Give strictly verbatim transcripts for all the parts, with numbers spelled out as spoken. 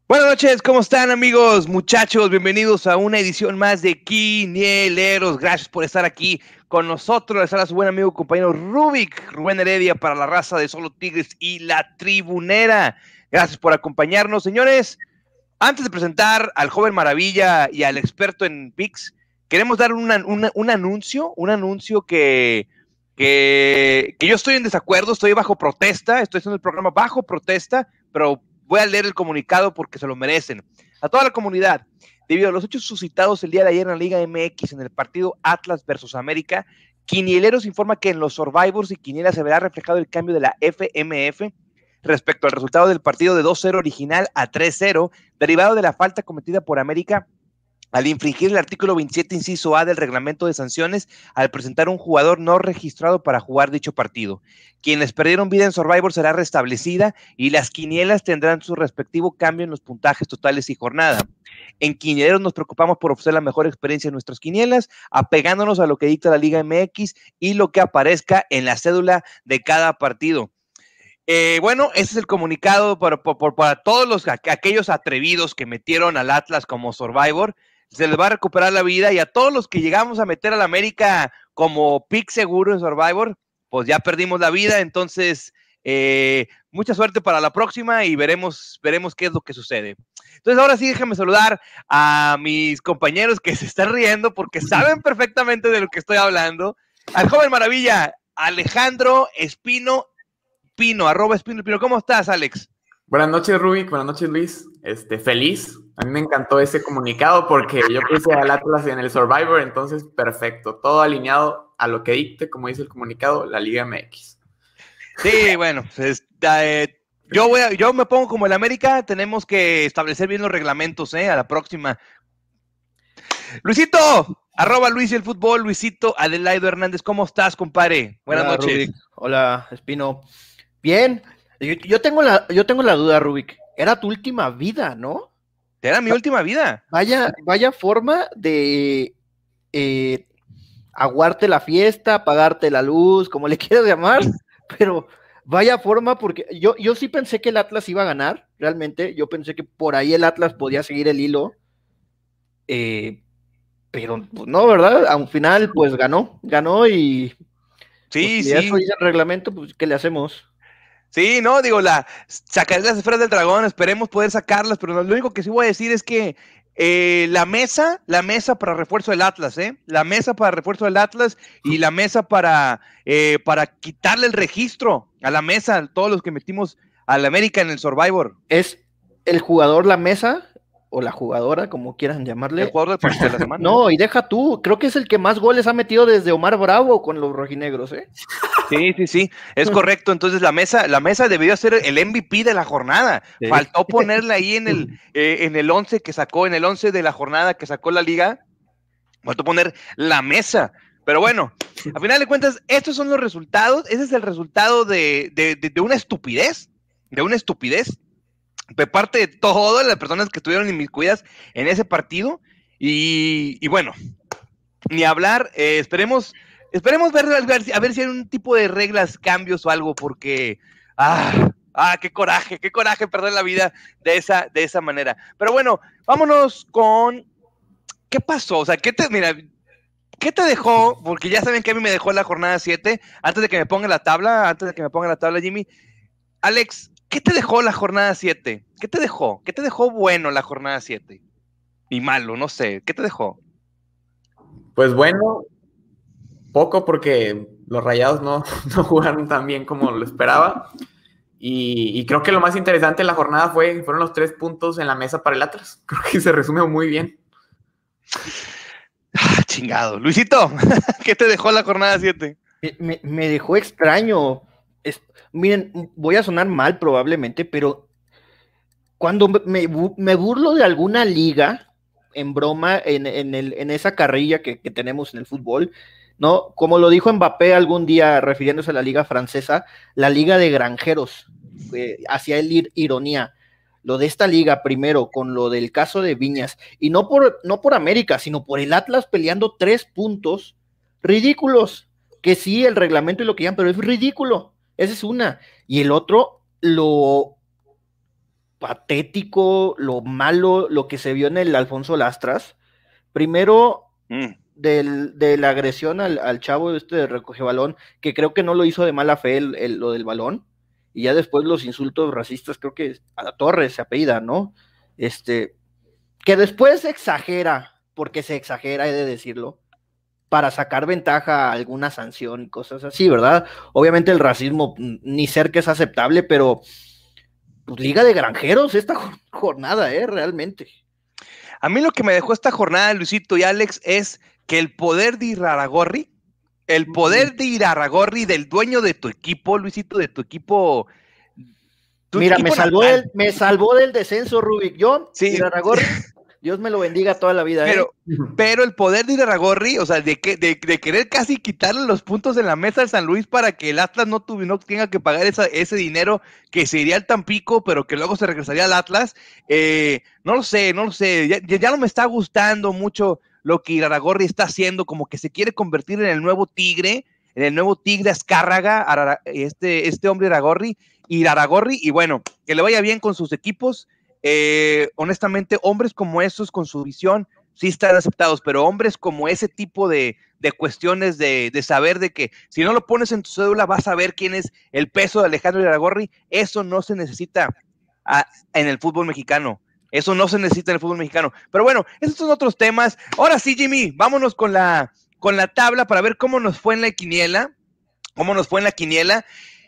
Buenas noches, ¿cómo están amigos, muchachos? Bienvenidos a una edición más de Quinieleros. Gracias por estar aquí con nosotros. Les habla su buen amigo y compañero Rubik, Rubén Heredia, para la raza de Solo Tigres y la Tribunera. Gracias por acompañarnos, señores. Antes de presentar al joven maravilla y al experto en picks, queremos dar una, una, un anuncio, un anuncio que, que, que yo estoy en desacuerdo, estoy bajo protesta, estoy haciendo el programa bajo protesta, pero voy a leer el comunicado porque se lo merecen. A toda la comunidad, debido a los hechos suscitados el día de ayer en la Liga M X en el partido Atlas versus América, Quinieleros informa que en los Survivors y Quinielas se verá reflejado el cambio de la F M F respecto al resultado del partido de dos cero original a tres cero, derivado de la falta cometida por América al infringir el artículo veintisiete, inciso A del reglamento de sanciones, al presentar un jugador no registrado para jugar dicho partido. Quienes perdieron vida en Survivor será restablecida y las quinielas tendrán su respectivo cambio en los puntajes totales y jornada. En Quinieleros nos preocupamos por ofrecer la mejor experiencia en nuestras quinielas, apegándonos a lo que dicta la Liga M X y lo que aparezca en la cédula de cada partido. Eh, bueno, ese es el comunicado para, para, para todos los, aquellos atrevidos que metieron al Atlas como Survivor. Se les va a recuperar la vida, y a todos los que llegamos a meter al América como pick seguro en Survivor, pues ya perdimos la vida. Entonces, eh, mucha suerte para la próxima y veremos, veremos qué es lo que sucede. Entonces, ahora sí, déjame saludar a mis compañeros que se están riendo porque saben perfectamente de lo que estoy hablando. Al joven maravilla, Alejandro Espino Pino, arroba Espino Pino. ¿Cómo estás, Alex? Buenas noches, Rubik. Buenas noches, Luis. Este, feliz. A mí me encantó ese comunicado porque yo puse al Atlas en el Survivor, entonces perfecto. Todo alineado a lo que dicte, como dice el comunicado, la Liga M X. Sí, bueno, pues, eh, yo, voy a, yo me pongo como el América. Tenemos que establecer bien los reglamentos, ¿eh? A la próxima. Luisito, arroba Luis y el fútbol. Luisito Adelaido Hernández, ¿cómo estás, compadre? Buenas Hola, noches. Rubik. Hola, Espino. Bien, yo, yo, tengo la, yo tengo la duda, Rubik. Era tu última vida, ¿no? Era mi última vida. Vaya, vaya forma de eh, aguarte la fiesta, pagarte la luz, como le quieras llamar, pero vaya forma, porque yo, yo sí pensé que el Atlas iba a ganar, realmente. Yo pensé que por ahí el Atlas podía seguir el hilo, eh, pero pues, no, ¿verdad? Al final, pues ganó, ganó y sí, pues, sí. eso dice el reglamento, pues ¿qué le hacemos? Sí, no, digo, la sacar las esferas del dragón, esperemos poder sacarlas, pero lo único que sí voy a decir es que eh, la mesa, la mesa para refuerzo del Atlas, ¿eh? La mesa para refuerzo del Atlas y la mesa para, eh, para quitarle el registro a la mesa, todos los que metimos al América en el Survivor. ¿Es el jugador la mesa o la jugadora, como quieran llamarle? El jugador de, de la semana. No, y deja tú, creo que es el que más goles ha metido desde Omar Bravo con los rojinegros, ¿eh? Sí, sí, sí, es correcto. Entonces la mesa, la mesa debió ser el M V P de la jornada. Sí. Faltó ponerla ahí en el, eh, en el once que sacó, en el once de la jornada que sacó la liga. Faltó poner la mesa. Pero bueno, a final de cuentas, estos son los resultados. Ese es el resultado de, de, de, de una estupidez, de una estupidez, de parte de todas las personas que estuvieron inmiscuidas en ese partido. Y, y bueno, ni hablar, eh, esperemos, esperemos ver, a ver si hay un tipo de reglas, cambios o algo, porque ah, ah, qué coraje, qué coraje perder la vida de esa, de esa manera. Pero bueno, vámonos con ¿qué pasó? O sea, ¿qué te, mira, ¿qué te dejó? Porque ya saben que a mí me dejó la jornada siete, antes de que me ponga la tabla, antes de que me ponga la tabla, Jimmy. Alex, ¿qué te dejó la jornada siete? ¿Qué te dejó? ¿Qué te dejó bueno la jornada siete? Y malo, no sé, ¿qué te dejó? Pues bueno, poco porque los Rayados no, no jugaron tan bien como lo esperaba. Y, y creo que lo más interesante de la jornada fue, fueron los tres puntos en la mesa para el Atlas. Creo que se resume muy bien. Ah, chingado. Luisito, ¿qué te dejó la jornada siete? Me, me dejó extraño. Es, miren, voy a sonar mal probablemente, pero cuando me, me burlo de alguna liga, en broma, en, en, el, en esa carrilla que, que tenemos en el fútbol, ¿no? Como lo dijo Mbappé algún día refiriéndose a la liga francesa, la liga de granjeros, eh, hacía él ir, ironía, lo de esta liga primero, con lo del caso de Viñas, y no por, no por América, sino por el Atlas peleando tres puntos ridículos, que sí, el reglamento y lo que llaman, pero es ridículo, esa es una, y el otro, lo patético, lo malo, lo que se vio en el Alfonso Lastras. Primero, mm. del, de la agresión al, al chavo este de recoge balón, que creo que no lo hizo de mala fe el, el, lo del balón, y ya después los insultos racistas, creo que a la Torres se apellida, ¿no? Este, que después se exagera, porque se exagera, he de decirlo, para sacar ventaja a alguna sanción y cosas así, ¿verdad? Obviamente el racismo ni cerca es aceptable, pero pues, liga de granjeros esta jornada, ¿eh? Realmente. A mí lo que me dejó esta jornada, Luisito y Alex, es que el poder de Iraragorri, el poder de Iraragorri, del dueño de tu equipo, Luisito, de tu equipo... Tu Mira, equipo me, salvó del, me salvó del descenso, Rubik. Yo, sí. Iraragorri... Dios me lo bendiga toda la vida. Pero, ¿eh? pero el poder de Iraragorri, o sea, de, que, de, de querer casi quitarle los puntos en la mesa al San Luis para que el Atlas no, tuvi, no tenga que pagar esa, ese dinero que se iría al Tampico, pero que luego se regresaría al Atlas. Eh, no lo sé, no lo sé. Ya, ya no me está gustando mucho lo que Iraragorri está haciendo, como que se quiere convertir en el nuevo Tigre, en el nuevo Tigre Azcárraga, este, este hombre Iraragorri, Iraragorri, y bueno, que le vaya bien con sus equipos. Eh, honestamente, hombres como esos con su visión sí están aceptados, pero hombres como ese tipo de, de cuestiones de, de saber de que si no lo pones en tu cédula vas a ver quién es el peso de Alejandro Iraragorri, eso no se necesita a, en el fútbol mexicano, eso no se necesita en el fútbol mexicano, pero bueno, esos son otros temas. Ahora sí, Jimmy, vámonos con la, con la tabla para ver cómo nos fue en la quiniela, cómo nos fue en la quiniela.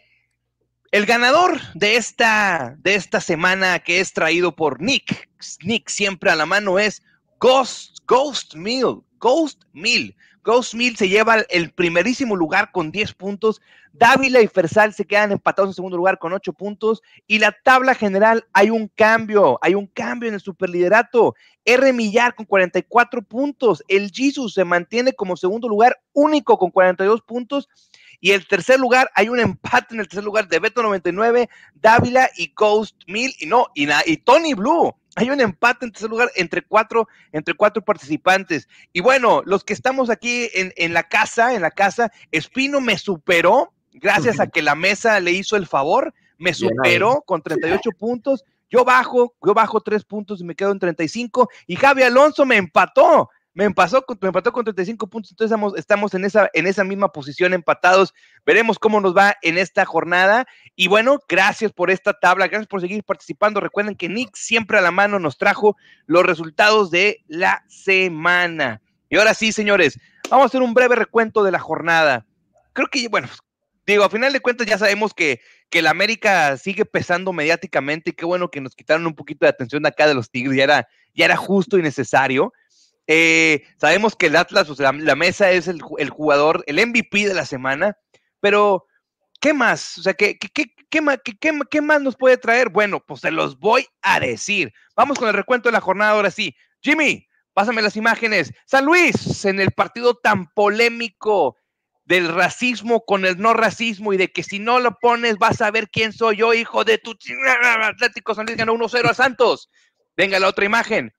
El ganador de esta, de esta semana, que es traído por Nick, Nick siempre a la mano, es Ghost, Ghost Mill, Ghost Mill. Ghost Mill se lleva el primerísimo lugar con diez puntos, Dávila y Fersal se quedan empatados en segundo lugar con ocho puntos, y la tabla general hay un cambio, hay un cambio en el superliderato. R. Millar con cuarenta y cuatro puntos, el Jesus se mantiene como segundo lugar único con cuarenta y dos puntos, y el tercer lugar, hay un empate en el tercer lugar de Beto noventa y nueve, Dávila y Ghost Mill, y no, y, y Tony Blue. Hay un empate en tercer lugar entre cuatro, entre cuatro participantes. Y bueno, los que estamos aquí en, en la casa, en la casa, Espino me superó, gracias a que la mesa le hizo el favor, me superó con treinta y ocho puntos. Yo bajo, yo bajo tres puntos y me quedo en treinta y cinco, y Javi Alonso me empató. Me empató, me empató con treinta y cinco puntos, entonces estamos, estamos en, esa, en esa misma posición empatados. Veremos cómo nos va en esta jornada. Y bueno, gracias por esta tabla, gracias por seguir participando. Recuerden que Nick siempre a la mano nos trajo los resultados de la semana. Y ahora sí, señores, vamos a hacer un breve recuento de la jornada. Creo que, bueno, digo, a final de cuentas ya sabemos que, que el América sigue pesando mediáticamente, y qué bueno que nos quitaron un poquito de atención de acá de los Tigres, ya era, ya era justo y necesario. Eh, sabemos que el Atlas, o sea, la, la mesa es el, el jugador, el M V P de la semana, pero ¿qué más? O sea, ¿qué, qué, qué, qué, más, qué, qué, qué más nos puede traer? Bueno, pues se los voy a decir. Vamos con el recuento de la jornada ahora sí. Jimmy, pásame las imágenes. San Luis, en el partido tan polémico del racismo con el no racismo, y de que si no lo pones vas a ver quién soy yo, hijo de tu... Atlético San Luis ganó uno cero a Santos. Venga la otra imagen.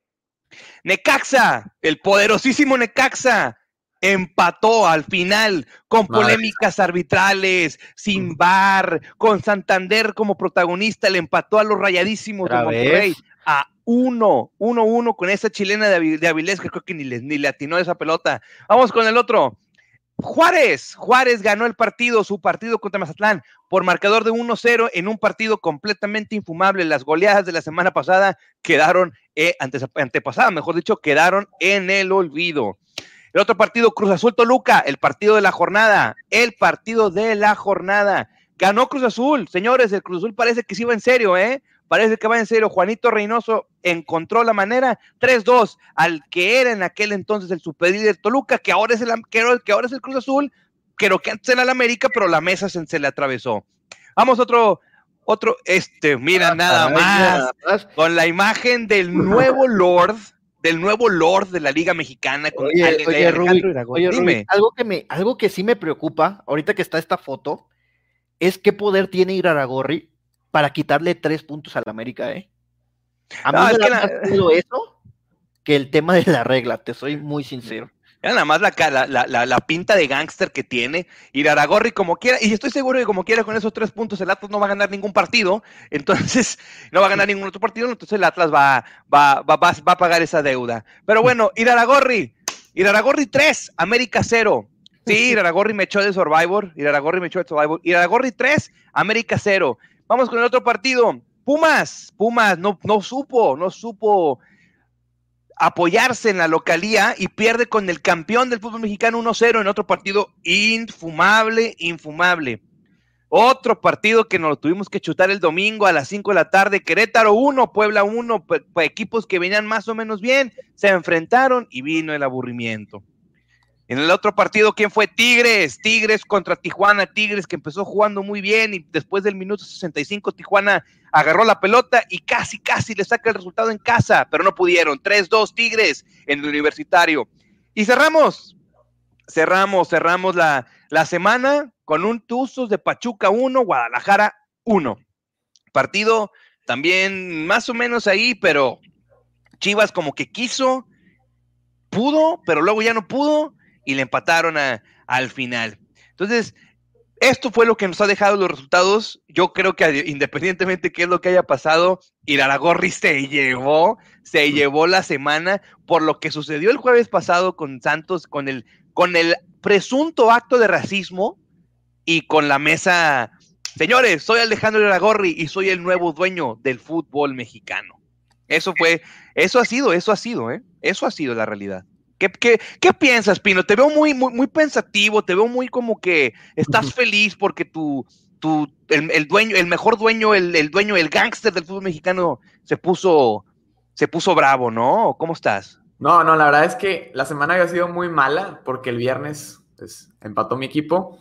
Necaxa, el poderosísimo Necaxa, empató al final con polémicas arbitrales, sin V A R, con Santander como protagonista, le empató a los Rayadísimos de Monterrey a uno, uno, uno con esa chilena de, de Avilés, que creo que ni le, ni le atinó esa pelota. Vamos con el otro. Juárez, Juárez ganó el partido, su partido contra Mazatlán, por marcador de uno cero en un partido completamente infumable. Las goleadas de la semana pasada quedaron, eh, antes, antepasada, mejor dicho, quedaron en el olvido. El otro partido, Cruz Azul Toluca, el partido de la jornada, el partido de la jornada. Ganó Cruz Azul, señores, el Cruz Azul parece que sí va en serio, ¿eh? Parece que va en serio. Juanito Reynoso encontró la manera, tres dos al que era en aquel entonces el superlíder Toluca, que ahora es el, que, que ahora es el Cruz Azul, creo que antes era el América, pero la mesa se, se le atravesó. Vamos otro, otro, este, mira, ah, nada ay, más, nada. Con la imagen del nuevo Lord, del nuevo Lord de la Liga Mexicana. Con oye, Ale, oye, Rubik, oye Dime. Rubik, algo que me, algo que sí me preocupa, ahorita que está esta foto, es qué poder tiene Iraragorri para quitarle tres puntos al América, ¿eh? A mí no, me da más miedo la... eso que el tema de la regla, te soy muy sincero. Era nada más la, la, la, la pinta de gángster que tiene. Iraragorri como quiera, y estoy seguro que como quiera con esos tres puntos el Atlas no va a ganar ningún partido, entonces no va a ganar ningún otro partido, entonces el Atlas va, va, va, va, va a pagar esa deuda. Pero bueno, Iraragorri, Iraragorri tres, América cero. Sí, Iraragorri me echó de Survivor, Iraragorri me echó de Survivor. Iraragorri tres, América cero. Vamos con el otro partido. Pumas, Pumas no, no supo, no supo apoyarse en la localía y pierde con el campeón del fútbol mexicano uno cero en otro partido infumable, infumable. Otro partido que nos lo tuvimos que chutar el domingo a las cinco de la tarde, Querétaro uno, Puebla uno, pues, pues, equipos que venían más o menos bien, se enfrentaron y vino el aburrimiento. En el otro partido, ¿quién fue? Tigres, Tigres contra Tijuana, Tigres que empezó jugando muy bien y después del minuto sesenta y cinco Tijuana agarró la pelota y casi, casi le saca el resultado en casa, pero no pudieron. tres dos Tigres en el Universitario. Y cerramos, cerramos, cerramos la, la semana con un Tuzos de Pachuca uno, Guadalajara uno. Partido también más o menos ahí, pero Chivas como que quiso, pudo, pero luego ya no pudo, y le empataron a, al final. Entonces, esto fue lo que nos ha dejado los resultados. Yo creo que independientemente de qué es lo que haya pasado, Iraragorri se llevó, se llevó la semana por lo que sucedió el jueves pasado con Santos, con el, con el presunto acto de racismo y con la mesa. Señores, soy Alejandro Iraragorri y soy el nuevo dueño del fútbol mexicano. Eso fue, eso ha sido, eso ha sido, ¿eh? Eso ha sido la realidad. ¿Qué, qué, ¿Qué piensas, Pino? Te veo muy, muy, muy pensativo, te veo muy como que estás feliz porque tu, tu, el, el dueño, el mejor dueño, el, el dueño, el gángster del fútbol mexicano se puso, se puso bravo, ¿no? ¿Cómo estás? No, no, la verdad es que la semana había sido muy mala porque el viernes pues, empató mi equipo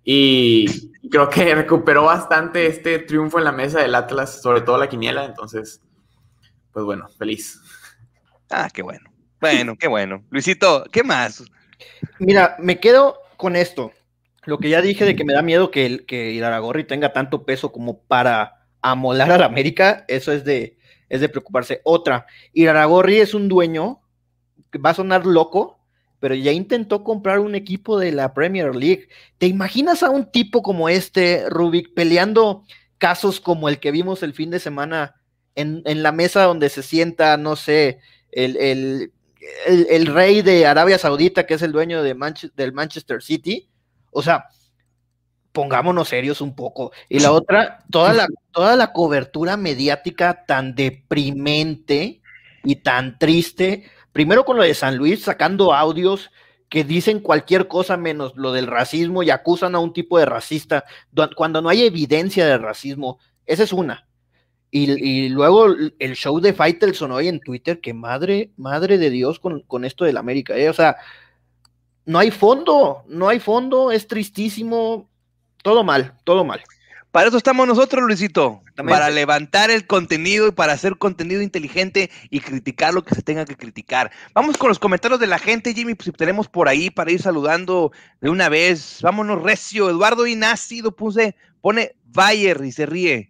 y creo que recuperó bastante este triunfo en la mesa del Atlas, sobre todo la quiniela, entonces, pues bueno, feliz. Ah, qué bueno. Bueno, qué bueno. Luisito, ¿qué más? Mira, me quedo con esto. Lo que ya dije de que me da miedo que, el, que Iraragorri tenga tanto peso como para amolar a la América, eso es de, es de preocuparse. Otra, Iraragorri es un dueño que va a sonar loco, pero ya intentó comprar un equipo de la Premier League. ¿Te imaginas a un tipo como este, Rubik, peleando casos como el que vimos el fin de semana en, en la mesa donde se sienta, no sé, el... el El, el rey de Arabia Saudita, que es el dueño de Manche- del Manchester City? O sea, pongámonos serios un poco. Y la otra, toda la, toda la cobertura mediática tan deprimente y tan triste, primero con lo de San Luis, sacando audios que dicen cualquier cosa menos lo del racismo y acusan a un tipo de racista, cuando no hay evidencia de racismo. Esa es una. Y, y luego el show de Faitelson hoy en Twitter, que madre, madre de Dios con, con esto del América, ¿eh? O sea, no hay fondo, no hay fondo, es tristísimo, todo mal, todo mal. Para eso estamos nosotros, Luisito, para levantar el contenido y para hacer contenido inteligente y criticar lo que se tenga que criticar. Vamos con los comentarios de la gente, Jimmy, pues si tenemos por ahí para ir saludando de una vez. Vámonos recio. Eduardo Inasi lo puse, pone Bayer y se ríe.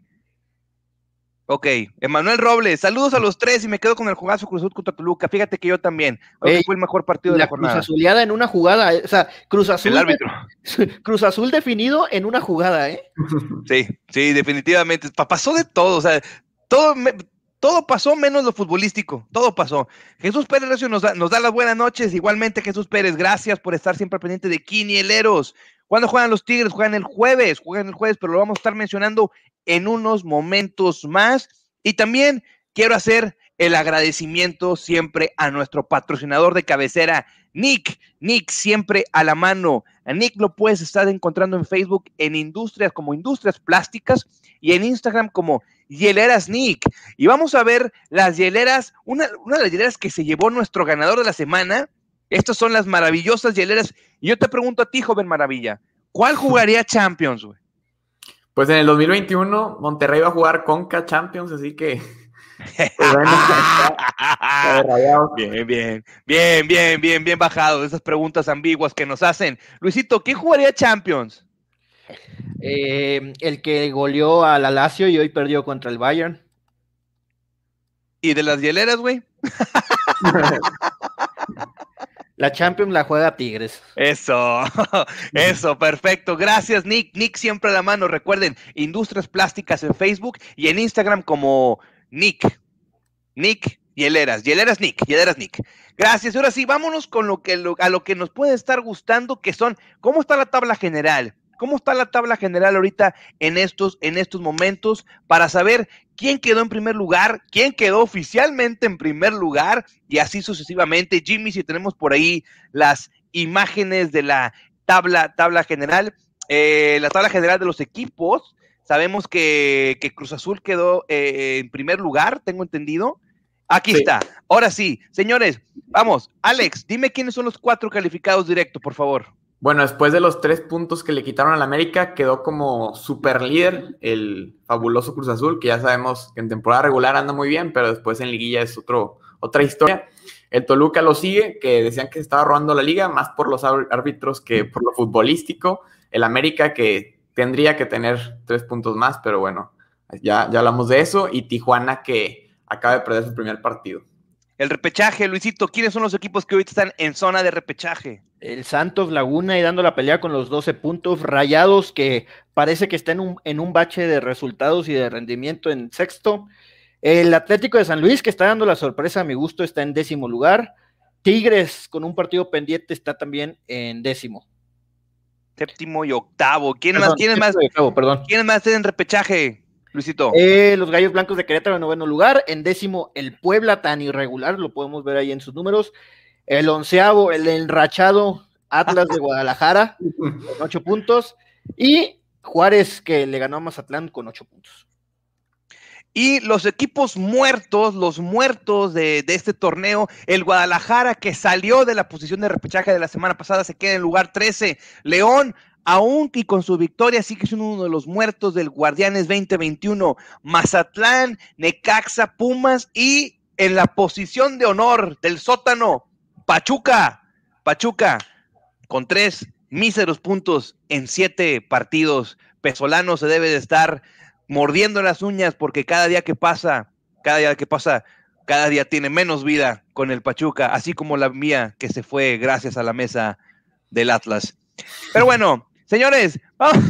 Ok, Emanuel Robles, saludos a los tres y me quedo con el jugazo Cruz Azul contra Toluca. Fíjate que yo también, creo que fue el mejor partido de la, la jornada. Cruz Azuleada en una jugada, o sea, Cruz Azul, el árbitro. Cruz Azul definido en una jugada, ¿eh? Sí, sí, definitivamente. Pasó de todo, o sea, todo, todo pasó menos lo futbolístico, todo pasó. Jesús Pérez Recio nos da, nos da las buenas noches, igualmente Jesús Pérez, gracias por estar siempre pendiente de Quinieleros. ¿Cuándo juegan los Tigres? Juegan el jueves, juegan el jueves, pero lo vamos a estar mencionando en unos momentos más. Y también quiero hacer el agradecimiento siempre a nuestro patrocinador de cabecera, Nick. Nick, siempre a la mano. A Nick lo puedes estar encontrando en Facebook en Industrias como Industrias Plásticas y en Instagram como Hieleras Nick. Y vamos a ver las hieleras, una, una de las hieleras que se llevó nuestro ganador de la semana. Estas son las maravillosas hieleras. Y yo te pregunto a ti, joven maravilla, ¿cuál jugaría Champions, güey? Pues en el dos mil veintiuno Monterrey va a jugar Conca Champions, así que... Pues bueno, bien, bien, bien, bien, bien, bien bajado. Esas preguntas ambiguas que nos hacen. Luisito, ¿quién jugaría Champions? Eh, el que goleó a la Lazio y hoy perdió contra el Bayern. ¿Y de las hieleras, güey? La Champions la juega Tigres. Eso, eso, perfecto. Gracias, Nick. Nick siempre a la mano. Recuerden, Industrias Plásticas en Facebook y en Instagram como Nick. Nick Hieleras. Hieleras Nick. Hieleras Nick. Gracias. Ahora sí, vámonos con lo que, lo, a lo que nos puede estar gustando, que son, ¿cómo está la tabla general? ¿Cómo está la tabla general ahorita en estos, en estos momentos para saber quién quedó en primer lugar, quién quedó oficialmente en primer lugar y así sucesivamente? Jimmy, si tenemos por ahí las imágenes de la tabla, tabla general, eh, la tabla general de los equipos, sabemos que, que Cruz Azul quedó eh, en primer lugar, tengo entendido. Aquí sí. Está, ahora sí, señores, vamos, Alex, dime quiénes son los cuatro calificados directos, por favor. Bueno, después de los tres puntos que le quitaron al América, quedó como super líder el fabuloso Cruz Azul, que ya sabemos que en temporada regular anda muy bien, pero después en liguilla es otro, otra historia. El Toluca lo sigue, que decían que se estaba robando la liga, más por los árbitros que por lo futbolístico. El América, que tendría que tener tres puntos más, pero bueno, ya, ya hablamos de eso. Y Tijuana, que acaba de perder su primer partido. El repechaje, Luisito, ¿quiénes son los equipos que ahorita están en zona de repechaje? El Santos Laguna y dando la pelea con los doce puntos, Rayados, que parece que está en un, en un bache de resultados y de rendimiento en sexto. El Atlético de San Luis, que está dando la sorpresa a mi gusto, está en décimo lugar. Tigres, con un partido pendiente, está también en décimo. Séptimo y octavo. ¿Quién perdón, más, ¿quién más, octavo, perdón. ¿quién más está en repechaje, Luisito? Eh, los Gallos Blancos de Querétaro en noveno lugar. En décimo, el Puebla, tan irregular, lo podemos ver ahí en sus números. El onceavo, el enrachado Atlas de Guadalajara, con ocho puntos. Y Juárez, que le ganó a Mazatlán con ocho puntos. Y los equipos muertos, los muertos de, de este torneo, el Guadalajara, que salió de la posición de repechaje de la semana pasada, se queda en lugar trece. León, aunque con su victoria sigue siendo uno de los muertos del Guardianes veinte veintiuno. Mazatlán, Necaxa, Pumas y en la posición de honor del sótano, Pachuca, Pachuca, con tres míseros puntos en siete partidos. Pesolano se debe de estar mordiendo las uñas porque cada día que pasa, cada día que pasa, cada día tiene menos vida con el Pachuca, así como la mía que se fue gracias a la mesa del Atlas. Pero bueno, señores, vamos,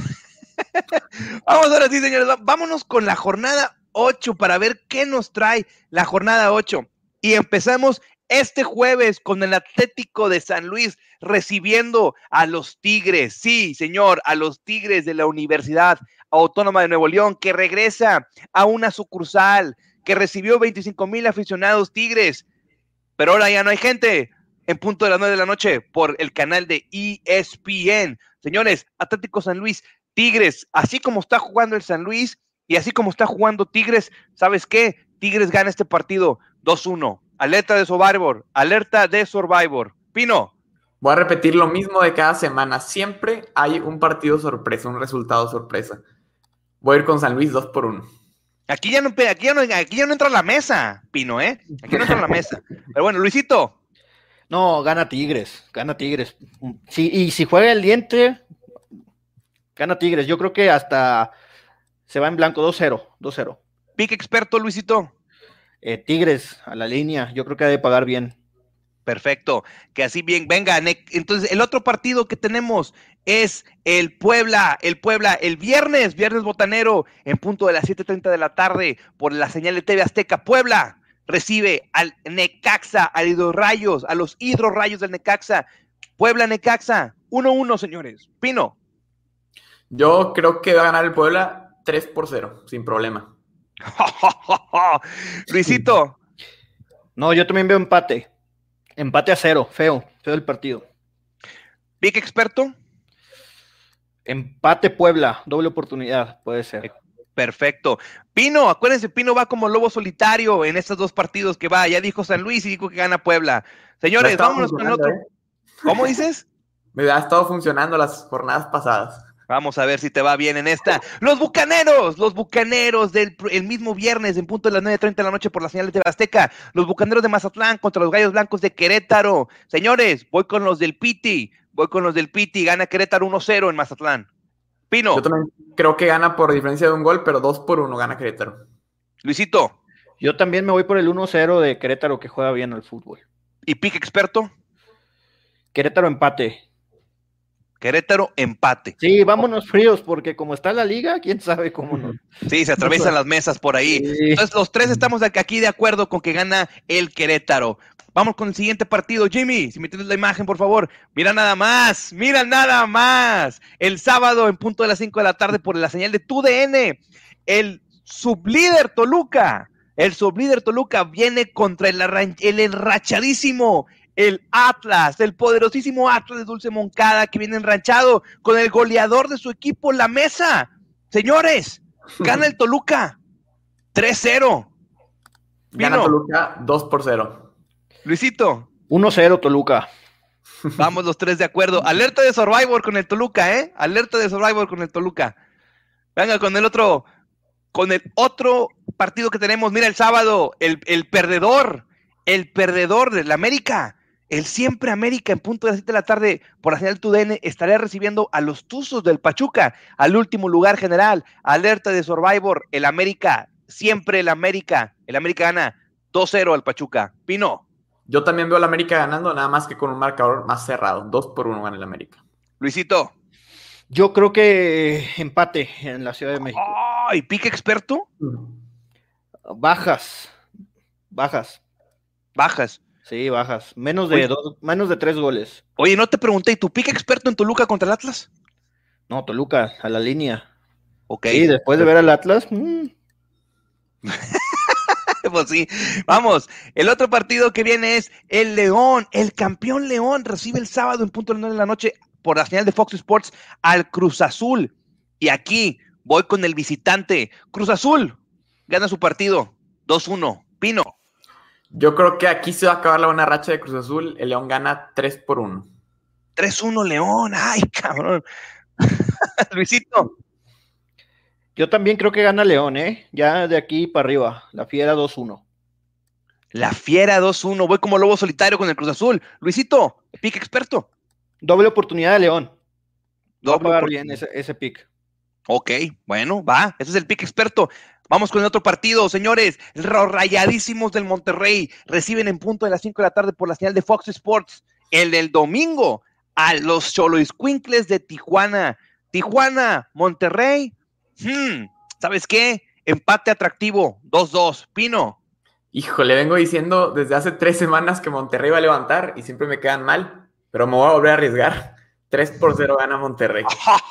vamos ahora sí, señores, vámonos con la jornada ocho para ver qué nos trae la jornada ocho. Y empezamos este jueves con el Atlético de San Luis recibiendo a los Tigres, sí, señor, a los Tigres de la Universidad Autónoma de Nuevo León, que regresa a una sucursal, que recibió veinticinco mil aficionados Tigres, pero ahora ya no hay gente, en punto de las nueve de la noche, por el canal de E S P N. Señores, Atlético San Luis, Tigres, así como está jugando el San Luis, y así como está jugando Tigres, ¿sabes qué? Tigres gana este partido dos uno. Alerta de Survivor, alerta de Survivor. Pino. Voy a repetir lo mismo de cada semana. Siempre hay un partido sorpresa, un resultado sorpresa. Voy a ir con San Luis dos por uno. Aquí ya no, aquí ya no, aquí ya no entra a la mesa, Pino, ¿eh? Aquí no entra a la mesa. Pero bueno, Luisito. No, gana Tigres, gana Tigres. Sí, y si juega el diente, gana Tigres. Yo creo que hasta se va en blanco dos cero, dos cero. Pick experto, Luisito. Eh, Tigres a la línea, yo creo que ha de pagar bien. Perfecto, que así bien, venga, entonces el otro partido que tenemos es el Puebla, el Puebla, el viernes, viernes botanero, en punto de las siete treinta de la tarde, por la señal de T V Azteca. Puebla recibe al Necaxa, a Hidrorrayos, a los Hidrorrayos del Necaxa. Puebla, Necaxa, uno uno, señores. Pino. Yo creo que va a ganar el Puebla tres por cero, sin problema. Luisito. No, yo también veo empate. Empate a cero, feo, feo el partido. ¿Pick experto? Empate Puebla, doble oportunidad, puede ser. Perfecto. Pino, acuérdense, Pino va como lobo solitario en estos dos partidos que va. Ya dijo San Luis y dijo que gana Puebla. Señores, vámonos con el otro. ¿Eh? ¿Cómo dices? Me ha estado funcionando las jornadas pasadas. Vamos a ver si te va bien en esta. Los Bucaneros, los Bucaneros del el mismo viernes en punto de las nueve treinta de la noche por la señal de T V Azteca. Los Bucaneros de Mazatlán contra los Gallos Blancos de Querétaro. Señores, voy con los del Piti, voy con los del Piti. Gana Querétaro uno cero en Mazatlán. Pino. Yo también creo que gana por diferencia de un gol, pero dos por uno gana Querétaro. Luisito. Yo también me voy por el uno cero de Querétaro, que juega bien al fútbol. ¿Y pick experto? Querétaro empate. Querétaro empate. Sí, vámonos fríos, porque como está la liga, quién sabe cómo no. Sí, se atraviesan las mesas por ahí. Sí. Entonces, los tres estamos aquí de acuerdo con que gana el Querétaro. Vamos con el siguiente partido. Jimmy, si me tienes la imagen, por favor. Mira nada más, mira nada más. El sábado, en punto de las cinco de la tarde, por la señal de tu D N, el sublíder Toluca, el sublíder Toluca viene contra el, el enrachadísimo el Atlas, el poderosísimo Atlas de Dulce Moncada, que viene enranchado con el goleador de su equipo, La Mesa. Señores, gana el Toluca tres cero. Gana Toluca dos por cero. Luisito. uno cero Toluca. Vamos los tres de acuerdo. Alerta de Survivor con el Toluca, ¿eh? Alerta de Survivor con el Toluca. Venga, con el otro, con el otro partido que tenemos. Mira, el sábado, el, el perdedor, el perdedor del América. El siempre América, en punto de las siete de la tarde, por la señal tu D N, estaría recibiendo a los Tuzos del Pachuca, al último lugar general. Alerta de Survivor, el América, siempre el América. El América gana dos cero al Pachuca. Pino. Yo también veo al América ganando, nada más que con un marcador más cerrado. dos por uno gana el América. Luisito. Yo creo que empate en la Ciudad de México. ¡Ay! Oh, ¿pique experto? Bajas. Bajas. Bajas. Sí, bajas. Menos de, dos, menos de tres goles. Oye, no te pregunté, ¿y tu pique experto en Toluca contra el Atlas? No, Toluca, a la línea. Ok. Sí, después de ver al Atlas. Mmm. Pues sí, vamos. El otro partido que viene es el León, el campeón León recibe el sábado en punto de las nueve de la noche por la señal de Fox Sports al Cruz Azul. Y aquí voy con el visitante. Cruz Azul gana su partido dos uno. Pino. Yo creo que aquí se va a acabar la buena racha de Cruz Azul. El León gana tres por uno. tres uno León. Ay, cabrón. Luisito. Yo también creo que gana León, ¿eh? Ya de aquí para arriba. La Fiera dos uno. La Fiera dos uno. Voy como lobo solitario con el Cruz Azul. Luisito, pick experto. Doble oportunidad de León. Doble va a pagar bien ese, ese pick. Ok, bueno, va. Ese es el pick experto. Vamos con el otro partido, señores. Los Rayadísimos del Monterrey reciben en punto de las cinco de la tarde por la señal de Fox Sports el del domingo a los Xoloitzcuincles de Tijuana. Tijuana, Monterrey. Hmm, ¿sabes qué? Empate atractivo, dos dos. Pino. Híjole, vengo diciendo desde hace tres semanas que Monterrey va a levantar y siempre me quedan mal, pero me voy a volver a arriesgar. tres por cero gana Monterrey.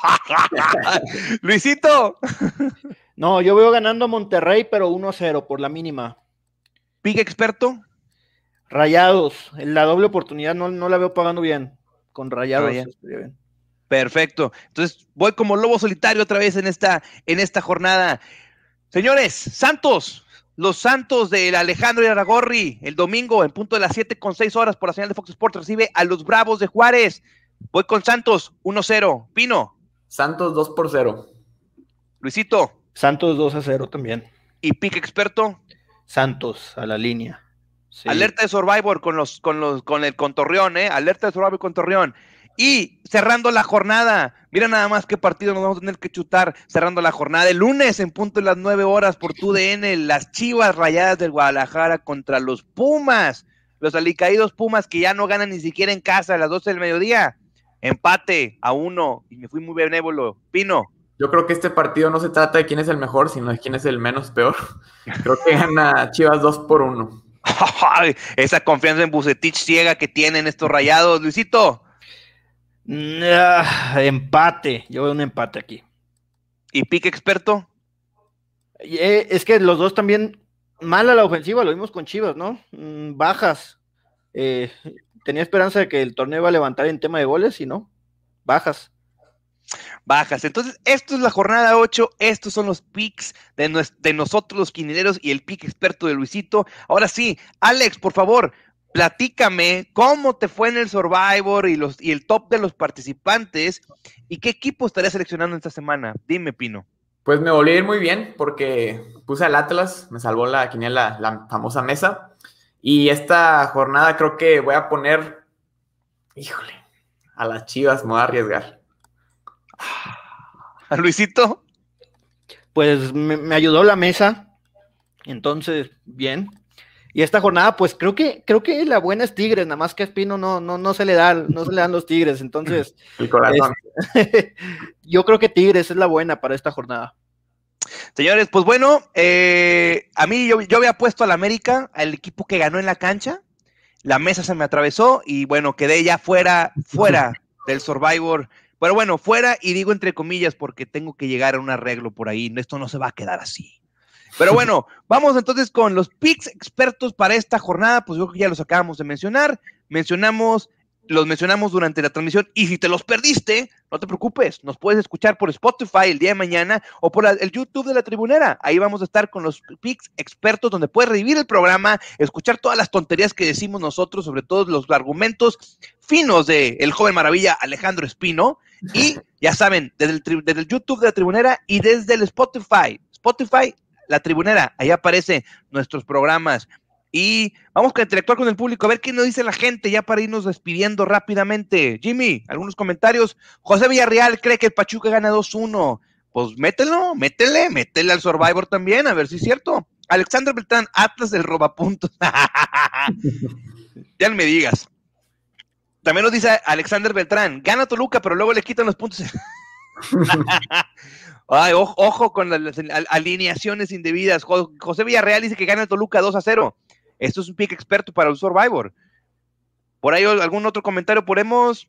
Luisito. No, yo veo ganando a Monterrey, pero uno cero por la mínima. ¿Pique experto? Rayados. La doble oportunidad no, no la veo pagando bien. Con Rayados. Raya. Bien. Perfecto. Entonces voy como lobo solitario otra vez en esta, en esta jornada. Señores, Santos. Los Santos del Alejandro Irarrágorri, el domingo en punto de las siete con seis horas por la señal de Fox Sports recibe a los Bravos de Juárez. Voy con Santos, uno cero. Pino. Santos dos por cero. Luisito. Santos dos a cero también. ¿Y pick experto? Santos a la línea. Sí. Alerta de Survivor con los, con los, con el con Torreón, ¿eh? Alerta de Survivor con Torreón. Y cerrando la jornada, mira nada más qué partido nos vamos a tener que chutar cerrando la jornada. El lunes en punto de las nueve horas por tu D N, las Chivas Rayadas del Guadalajara contra los Pumas. Los alicaídos Pumas que ya no ganan ni siquiera en casa a las doce del mediodía. Empate a uno y me fui muy benévolo. Pino. Yo creo que este partido no se trata de quién es el mejor, sino de quién es el menos peor. Creo que gana Chivas dos por uno. Esa confianza en Bucetich ciega que tienen estos Rayados. Luisito. Uh, empate. Yo veo un empate aquí. ¿Y pique experto? Eh, es que los dos también mal a la ofensiva, lo vimos con Chivas, ¿no? Mm, bajas. Eh, tenía esperanza de que el torneo iba a levantar en tema de goles y no. Bajas. Bajas. Entonces, esto es la jornada ocho, estos son los picks de, no, de nosotros los quinieros y el pick experto de Luisito. Ahora sí, Alex, por favor, platícame cómo te fue en el Survivor y, los, y el top de los participantes y qué equipo estarías seleccionando esta semana. Dime, Pino. Pues me volví a ir muy bien porque puse al Atlas, me salvó la quiniela, la famosa mesa. Y esta jornada creo que voy a poner, híjole, a las Chivas, me voy a arriesgar. ¿A Luisito? Pues me, me ayudó la mesa, entonces, bien. Y esta jornada, pues creo que creo que la buena es Tigres, nada más que a Espino no, no, no se le da, no se le dan los Tigres, entonces el corazón. Es, yo creo que Tigres es la buena para esta jornada. Señores, pues bueno, eh, a mí yo, yo había puesto al América, al equipo que ganó en la cancha, la mesa se me atravesó y bueno, quedé ya fuera, fuera del Survivor, pero bueno, fuera y digo entre comillas porque tengo que llegar a un arreglo por ahí, esto no se va a quedar así. Pero bueno, vamos entonces con los picks expertos para esta jornada, pues yo creo que ya los acabamos de mencionar, mencionamos, los mencionamos durante la transmisión, y si te los perdiste, no te preocupes, nos puedes escuchar por Spotify el día de mañana, o por la, el YouTube de La Tribunera, ahí vamos a estar con los picks expertos, donde puedes revivir el programa, escuchar todas las tonterías que decimos nosotros, sobre todo los argumentos finos de el joven maravilla Alejandro Espino, y ya saben, desde el, desde el YouTube de La Tribunera, y desde el Spotify, Spotify, La Tribunera, ahí aparecen nuestros programas. Y vamos a interactuar con el público, a ver qué nos dice la gente, ya para irnos despidiendo rápidamente. Jimmy, algunos comentarios. José Villarreal cree que el Pachuca gana dos uno. Pues mételo, métele, métele al Survivor también, a ver si es cierto. Alexander Beltrán, Atlas del robapuntos. Ya no me digas. También nos dice Alexander Beltrán, gana Toluca, pero luego le quitan los puntos. Ay, ojo, ojo con las, las alineaciones indebidas. José Villarreal dice que gana el Toluca dos a cero. Esto es un pick experto para el Survivor. ¿Por ahí algún otro comentario podemos?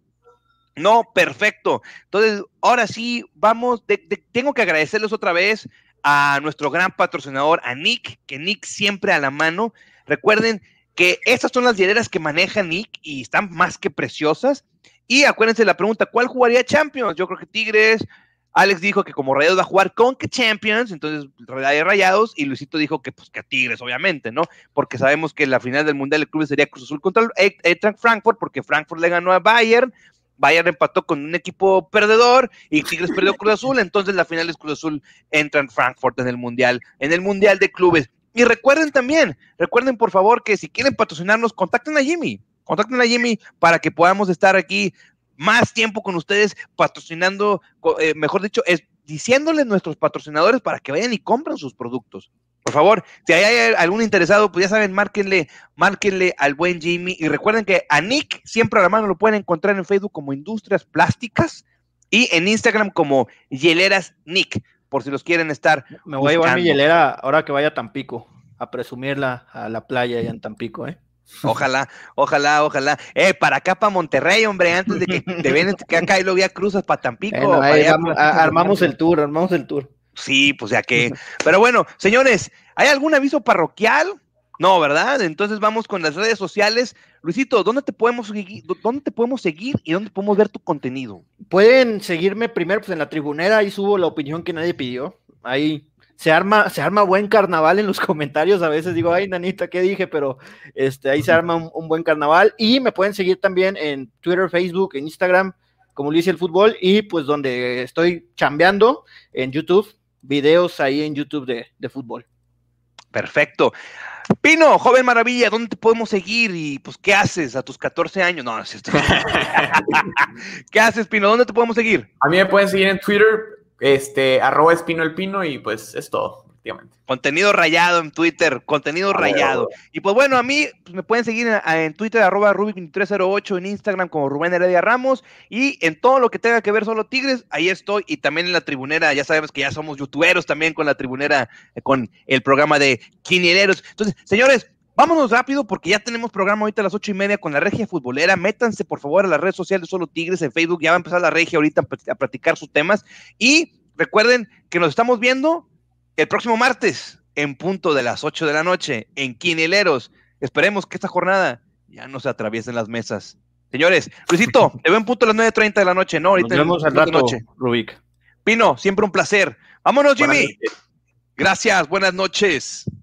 No, perfecto. Entonces, ahora sí, vamos, de, de, tengo que agradecerles otra vez a nuestro gran patrocinador, a Nick, que Nick siempre a la mano. Recuerden que estas son las hieleras que maneja Nick y están más que preciosas. Y acuérdense la pregunta, ¿cuál jugaría Champions? Yo creo que Tigres. Alex dijo que como Rayados va a jugar con que Champions, entonces Rayados, y Luisito dijo que pues que a Tigres, obviamente, ¿no? Porque sabemos que la final del Mundial de Clubes sería Cruz Azul contra el Eintracht Frankfurt, porque Frankfurt le ganó a Bayern, Bayern empató con un equipo perdedor, y Tigres perdió Cruz Azul, entonces la final es Cruz Azul Eintracht Frankfurt en el Mundial, en el Mundial de Clubes. Y recuerden también, recuerden por favor que si quieren patrocinarnos, contacten a Jimmy, contacten a Jimmy para que podamos estar aquí más tiempo con ustedes patrocinando, eh, mejor dicho, es diciéndoles nuestros patrocinadores para que vayan y compren sus productos. Por favor, si hay algún interesado, pues ya saben, márquenle, márquenle al buen Jimmy, y recuerden que a Nick siempre a la mano lo pueden encontrar en Facebook como Industrias Plásticas y en Instagram como Hieleras Nick, por si los quieren estar Me voy buscando. A llevar mi hielera ahora que vaya a Tampico, a presumirla a la playa allá en Tampico, ¿eh? Ojalá, ojalá, ojalá. Eh, para acá, para Monterrey, hombre, antes de que te ven que acá y luego ya cruzas para Tampico. Bueno, para ahí allá, vamos, a, armamos el tour, armamos el tour. Sí, pues ya que. Pero bueno, señores, ¿hay algún aviso parroquial? No, ¿verdad? Entonces vamos con las redes sociales. Luisito, ¿dónde te podemos seguir, dónde te podemos seguir y dónde podemos ver tu contenido? Pueden seguirme primero pues en La Tribunera, ahí subo la opinión que nadie pidió. Ahí se arma, se arma buen carnaval en los comentarios, a veces digo, ay, nanita, ¿qué dije? Pero este, ahí se arma un, un buen carnaval, y me pueden seguir también en Twitter, Facebook, en Instagram, como Luis el Fútbol, y pues donde estoy chambeando, en YouTube, videos ahí en YouTube de, de fútbol. Perfecto. Pino, joven maravilla, ¿dónde te podemos seguir? Y pues, ¿qué haces a tus catorce años? No, no es esto. ¿Qué haces, Pino? ¿Dónde te podemos seguir? A mí me pueden seguir en Twitter, este, arroba Espino el Pino, y pues es todo, efectivamente. Contenido rayado en Twitter, contenido a rayado. Ver, y pues bueno, a mí pues, me pueden seguir en, en Twitter, arroba Rubik veintitrés cero ocho, en Instagram como Rubén Heredia Ramos, y en todo lo que tenga que ver solo Tigres, ahí estoy, y también en La Tribunera, ya sabemos que ya somos youtuberos también con La Tribunera, eh, con el programa de Quiniereros. Entonces, señores, vámonos rápido porque ya tenemos programa ahorita a las ocho y media con la Regia Futbolera. Métanse por favor a las redes sociales de Solo Tigres en Facebook, ya va a empezar la Regia ahorita a platicar sus temas, y recuerden que nos estamos viendo el próximo martes en punto de las ocho de la noche en Quinieleros. Esperemos que esta jornada ya no se atraviesen las mesas. Señores, Luisito, te veo en punto a las nueve treinta de la noche, ¿no? Ahorita nos vemos al rato, noche. Rubik. Pino, siempre un placer. Vámonos, Jimmy. Gracias, buenas noches.